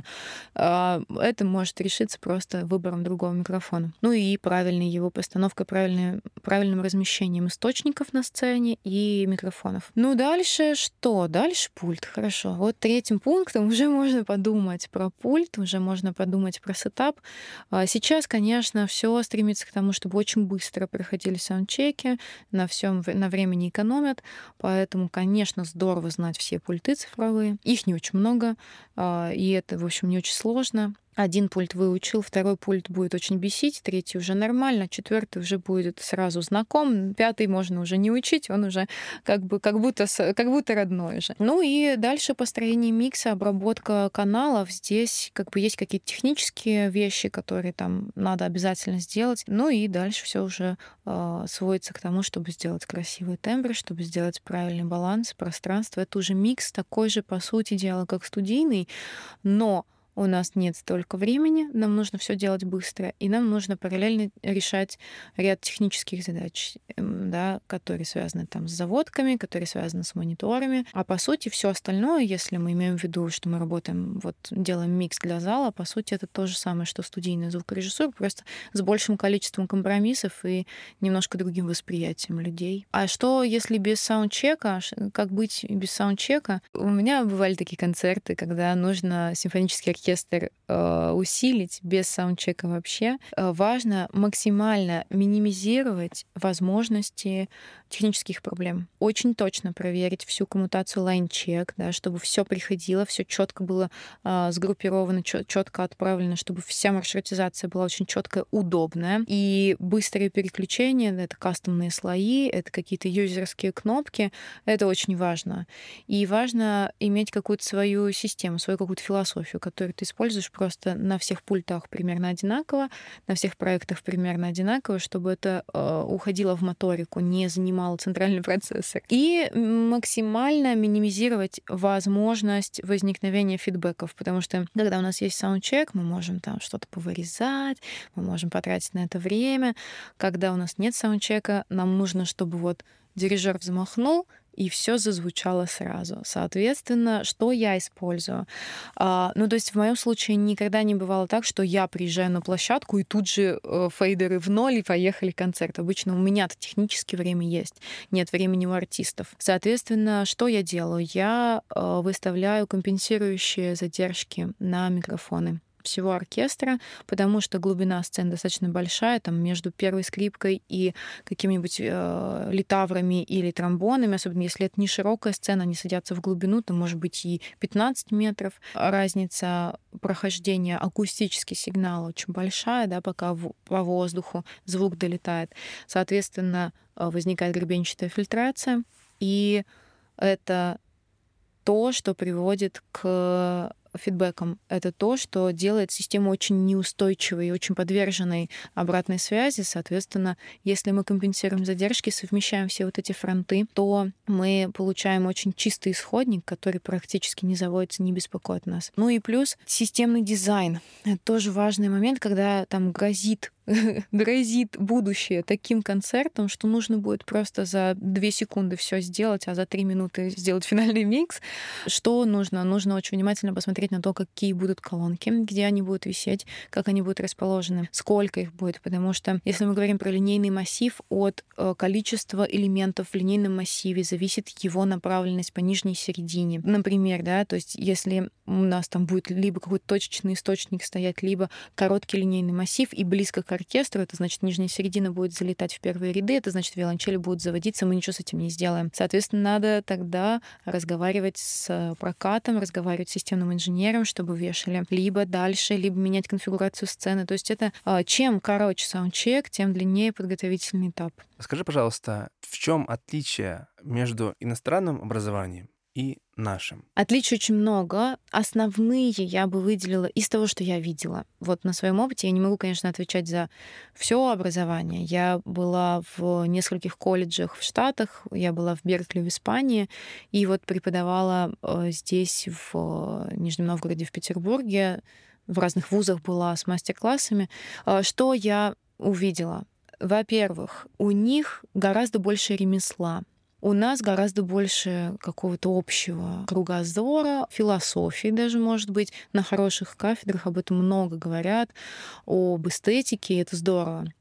B: Это может решиться просто выбором другого микрофона. Ну и правильной его постановкой, правильным, правильным размещением источников на сцене и микрофонов. Ну дальше что? Дальше пульт. Хорошо. Вот третьим пунктом уже можно подумать про пульт, уже можно подумать про сетап. Сейчас, конечно, все стремится к тому, чтобы очень быстро проходили саундчеки, на всем на времени экономят, поэтому, конечно, здорово знать все пульты цифровые. Их не очень много, и это, в общем, не очень сложно. один пульт выучил, второй пульт будет очень бесить, третий уже нормально, четвертый уже будет сразу знаком, пятый можно уже не учить, он уже как бы как будто, с- как будто родной уже. Ну и дальше построение микса, обработка каналов. Здесь как бы есть какие-то технические вещи, которые там надо обязательно сделать. Ну и дальше все уже э, сводится к тому, чтобы сделать красивый тембр, чтобы сделать правильный баланс пространства. Это уже микс такой же, по сути дела, как студийный, но у нас нет столько времени, нам нужно все делать быстро, и нам нужно параллельно решать ряд технических задач, эм, да, которые связаны там с заводками, которые связаны с мониторами. А по сути, все остальное, если мы имеем в виду, что мы работаем, вот делаем микс для зала, по сути, это то же самое, что студийная звукорежиссура, просто с большим количеством компромиссов и немножко другим восприятием людей. А что, если без саундчека? Ш- Как быть без саундчека? У меня бывали такие концерты, когда нужно симфонический оркестр э, усилить без саундчека вообще. Э, важно максимально минимизировать возможности технических проблем. Очень точно проверить всю коммутацию line-check, да, чтобы все приходило, все четко было э, сгруппировано, четко отправлено, чтобы вся маршрутизация была очень четкая, удобная. И быстрые переключения, да, это кастомные слои, это какие-то юзерские кнопки. Это очень важно. И важно иметь какую-то свою систему, свою какую-то философию, которую ты используешь просто на всех пультах примерно одинаково, на всех проектах примерно одинаково, чтобы это э, уходило в моторику, не занимало центральный процессор. И максимально минимизировать возможность возникновения фидбэков, потому что когда у нас есть саундчек, мы можем там что-то повырезать, мы можем потратить на это время. Когда у нас нет саундчека, нам нужно, чтобы вот дирижер взмахнул, и все зазвучало сразу. Соответственно, что я использую? А, ну, то есть в моем случае никогда не бывало так, что я приезжаю на площадку, и тут же э, фейдеры в ноль, и поехали концерт. Обычно у меня-то технически время есть, нет времени у артистов. Соответственно, что я делаю? Я э, выставляю компенсирующие задержки на микрофоны всего оркестра, потому что глубина сцены достаточно большая, там между первой скрипкой и какими-нибудь э, литаврами или тромбонами, особенно если это не широкая сцена, они садятся в глубину, то может быть и пятнадцать метров. Разница прохождения акустический сигнал очень большая, да, пока в, по воздуху звук долетает. Соответственно, э, возникает гребенчатая фильтрация, и это то, что приводит к фидбэкам. Это то, что делает систему очень неустойчивой и очень подверженной обратной связи. Соответственно, если мы компенсируем задержки, совмещаем все вот эти фронты, то мы получаем очень чистый исходник, который практически не заводится, не беспокоит нас. Ну и плюс системный дизайн. Это тоже важный момент, когда там грозит грозит будущее таким концертом, что нужно будет просто за две секунды все сделать, а за три минуты сделать финальный микс. Что нужно? Нужно очень внимательно посмотреть на то, какие будут колонки, где они будут висеть, как они будут расположены, сколько их будет. Потому что если мы говорим про линейный массив, от э, количества элементов в линейном массиве зависит его направленность по нижней середине. Например, да, то есть если у нас там будет либо какой-то точечный источник стоять, либо короткий линейный массив и близко к оркестру, это значит, нижняя середина будет залетать в первые ряды, это значит, виолончели будут заводиться, мы ничего с этим не сделаем. Соответственно, надо тогда разговаривать с прокатом, разговаривать с системным инженером, чтобы вешали либо дальше, либо менять конфигурацию сцены. То есть это а, чем короче саундчек, тем длиннее подготовительный этап.
A: Скажи, пожалуйста, в чем отличие между иностранным образованием и нашим?
B: Отличий очень много. Основные я бы выделила из того, что я видела. Вот на своем опыте я не могу, конечно, отвечать за все образование. Я была в нескольких колледжах в Штатах, я была в Беркли в Испании, и вот преподавала э, здесь, в Нижнем Новгороде, в Петербурге, в разных вузах была с мастер-классами. Э, Что я увидела? Во-первых, у них гораздо больше ремесла. У нас гораздо больше какого-то общего кругозора, философии даже, может быть. На хороших кафедрах об этом много говорят, об эстетике, и это здорово.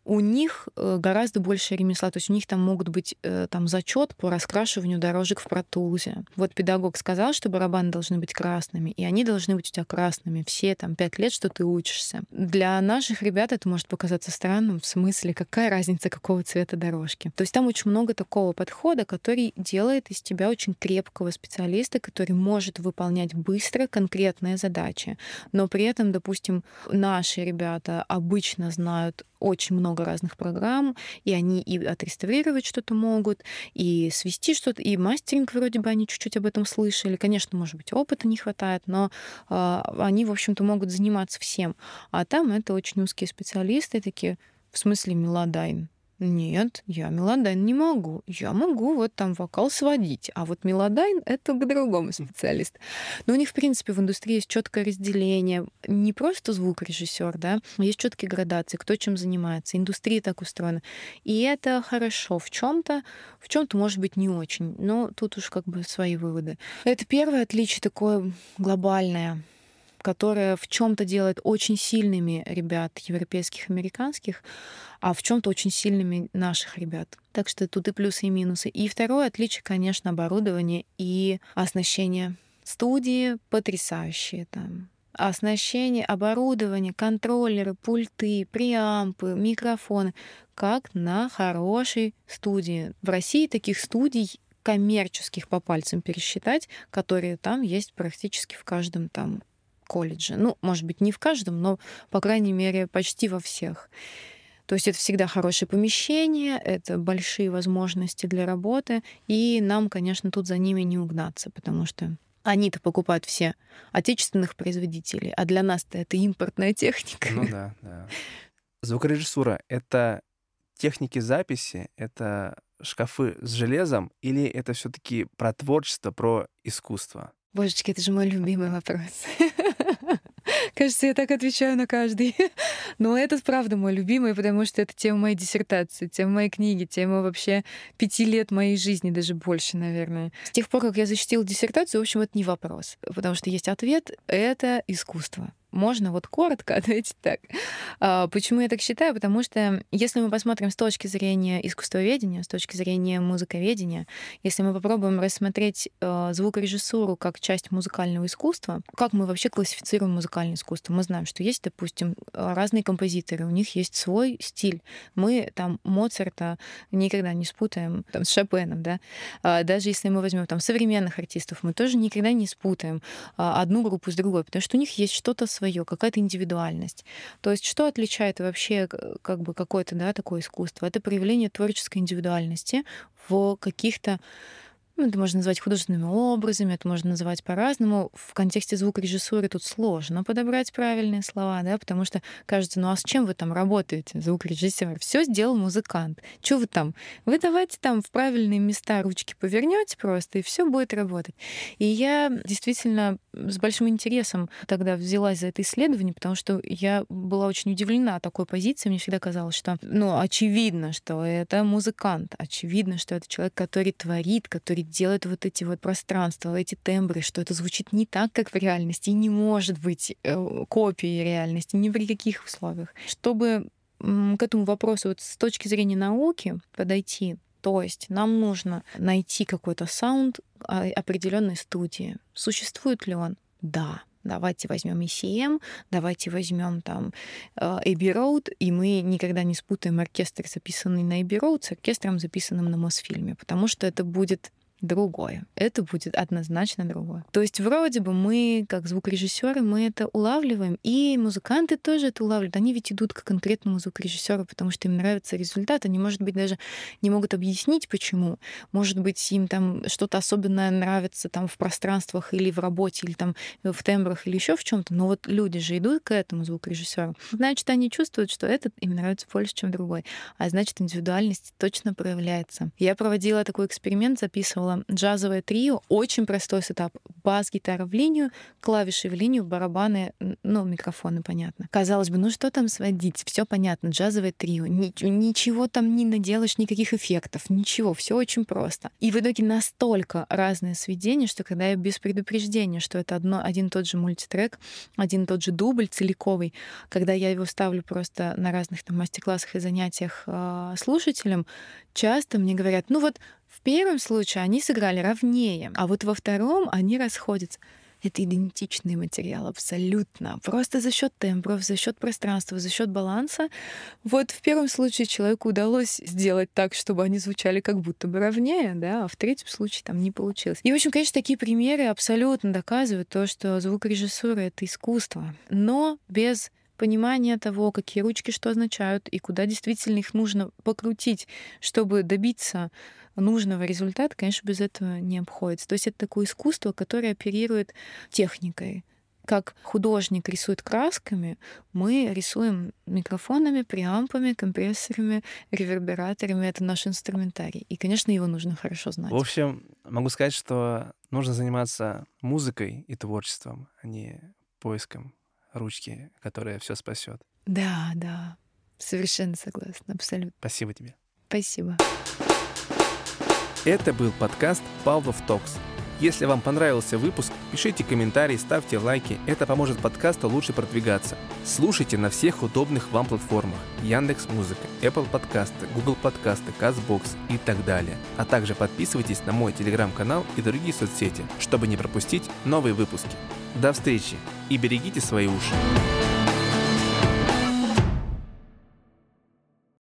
B: у них э, гораздо больше ремесла. То есть у них там могут быть э, там зачет по раскрашиванию дорожек в протузе. Вот педагог сказал, что барабаны должны быть красными, и они должны быть у тебя красными все там пять лет, что ты учишься. Для наших ребят это может показаться странным, в смысле, какая разница, какого цвета дорожки. То есть там очень много такого подхода, который делает из тебя очень крепкого специалиста, который может выполнять быстро конкретные задачи. Но при этом, допустим, наши ребята обычно знают очень много разных программ, и они и отреставрировать что-то могут, и свести что-то, и мастеринг вроде бы они чуть-чуть об этом слышали. Конечно, может быть, опыта не хватает, но э, они, в общем-то, могут заниматься всем. А там это очень узкие специалисты такие, в смысле мелодайн. Нет, я мелодайн не могу. Я могу вот там вокал сводить, а вот мелодайн — это к другому специалисту. Но у них, в принципе, в индустрии есть четкое разделение. Не просто звукорежиссер, да, есть четкие градации, кто чем занимается. Индустрия так устроена. И это хорошо в чем-то, в чем-то, может быть, не очень. Но тут уж как бы свои выводы. Это первое отличие такое глобальное, которая в чем-то делает очень сильными ребят европейских, американских, а в чем-то очень сильными наших ребят. Так что тут и плюсы, и минусы. И второе отличие, конечно, оборудование и оснащение. Студии потрясающие там. Оснащение, оборудование, контроллеры, пульты, преампы, микрофоны, как на хорошей студии. В России таких студий коммерческих по пальцам пересчитать, которые там есть практически в каждом там колледже. Ну, может быть, не в каждом, но, по крайней мере, почти во всех. То есть это всегда хорошее помещение, это большие возможности для работы, и нам, конечно, тут за ними не угнаться, потому что они-то покупают все отечественных производителей, а для нас-то это импортная техника.
A: Ну да, да. Звукорежиссура — это техники записи, это шкафы с железом, или это все таки про творчество, про искусство?
B: Божечки, это же мой любимый вопрос. Кажется, я так отвечаю на каждый. Но этот, правда, мой любимый, потому что это тема моей диссертации, тема моей книги, тема вообще пяти лет моей жизни, даже больше, наверное. С тех пор, как я защитила диссертацию, в общем, это не вопрос, потому что есть ответ — это искусство. Можно вот коротко ответить так. А, почему я так считаю? Потому что если мы посмотрим с точки зрения искусствоведения, с точки зрения музыковедения, если мы попробуем рассмотреть э, звукорежиссуру как часть музыкального искусства, как мы вообще классифицируем музыкальное искусство? Мы знаем, что есть, допустим, разные композиторы, у них есть свой стиль. Мы там Моцарта никогда не спутаем там, с Шопеном, да? А, даже если мы возьмем там современных артистов, мы тоже никогда не спутаем а, одну группу с другой, потому что у них есть что-то свое, какая-то индивидуальность. То есть что отличает вообще как бы какое-то, да, такое искусство? Это проявление творческой индивидуальности в каких-то, ну, это можно назвать художественными образами, это можно называть по-разному. В контексте звукорежиссуры тут сложно подобрать правильные слова, да, потому что кажется, ну а с чем вы там работаете, звукорежиссер? Все сделал музыкант. Что вы там? Вы давайте там в правильные места ручки повернете просто, и все будет работать. И я действительно с большим интересом тогда взялась за это исследование, потому что я была очень удивлена такой позицией. Мне всегда казалось, что, ну, очевидно, что это музыкант, очевидно, что это человек, который творит, который делает вот эти вот пространства, эти тембры, что это звучит не так, как в реальности, и не может быть э, копией реальности ни при каких условиях. Чтобы м, к этому вопросу вот с точки зрения науки подойти, то есть нам нужно найти какой-то саунд определенной студии. Существует ли он? Да. Давайте возьмем и си эм, давайте возьмем там Abbey Road, и мы никогда не спутаем оркестр, записанный на Abbey Road, с оркестром, записанным на Мосфильме, потому что это будет другое. Это будет однозначно другое. То есть вроде бы мы, как звукорежиссеры, мы это улавливаем, и музыканты тоже это улавливают. Они ведь идут к конкретному звукорежиссеру, потому что им нравится результат. Они, может быть, даже не могут объяснить, почему. Может быть, им там что-то особенное нравится там в пространствах или в работе, или там в тембрах, или еще в чем-то. Но вот люди же идут к этому звукорежиссеру. Значит, они чувствуют, что этот им нравится больше, чем другой. А значит, индивидуальность точно проявляется. Я проводила такой эксперимент, записывала сделала джазовое трио. Очень простой сетап. Бас-гитара в линию, клавиши в линию, барабаны, ну, микрофоны, понятно. Казалось бы, ну что там сводить? Все понятно, джазовое трио. Ни- ничего там не наделаешь, никаких эффектов, ничего, все очень просто. И в итоге настолько разные сведения, что когда я без предупреждения, что это одно, один и тот же мультитрек, один и тот же дубль целиковый, когда я его ставлю просто на разных там мастер-классах и занятиях э, слушателям, часто мне говорят, ну вот в первом случае они сыграли ровнее, а вот во втором они расходятся. Это идентичный материал абсолютно. Просто за счет тембров, за счет пространства, за счет баланса. Вот в первом случае человеку удалось сделать так, чтобы они звучали как будто бы ровнее, да, а в третьем случае там не получилось. И, в общем, конечно, такие примеры абсолютно доказывают то, что звукорежиссура — это искусство, но без понимания того, какие ручки что означают и куда действительно их нужно покрутить, чтобы добиться нужного результата, конечно, без этого не обходится. То есть это такое искусство, которое оперирует техникой. Как художник рисует красками, мы рисуем микрофонами, преампами, компрессорами, ревербераторами. Это наш инструментарий. И, конечно, его нужно хорошо знать.
A: В общем, могу сказать, что нужно заниматься музыкой и творчеством, а не поиском ручки, которая все спасет.
B: Да, да, совершенно согласна, абсолютно.
A: Спасибо тебе.
B: Спасибо.
A: Это был подкаст Pavlov Talks. Если вам понравился выпуск, пишите комментарии, ставьте лайки. Это поможет подкасту лучше продвигаться. Слушайте на всех удобных вам платформах: Яндекс.Музыка, Apple подкасты, Google подкасты, Castbox и так далее. А также подписывайтесь на мой телеграм-канал и другие соцсети, чтобы не пропустить новые выпуски. До встречи и берегите свои уши.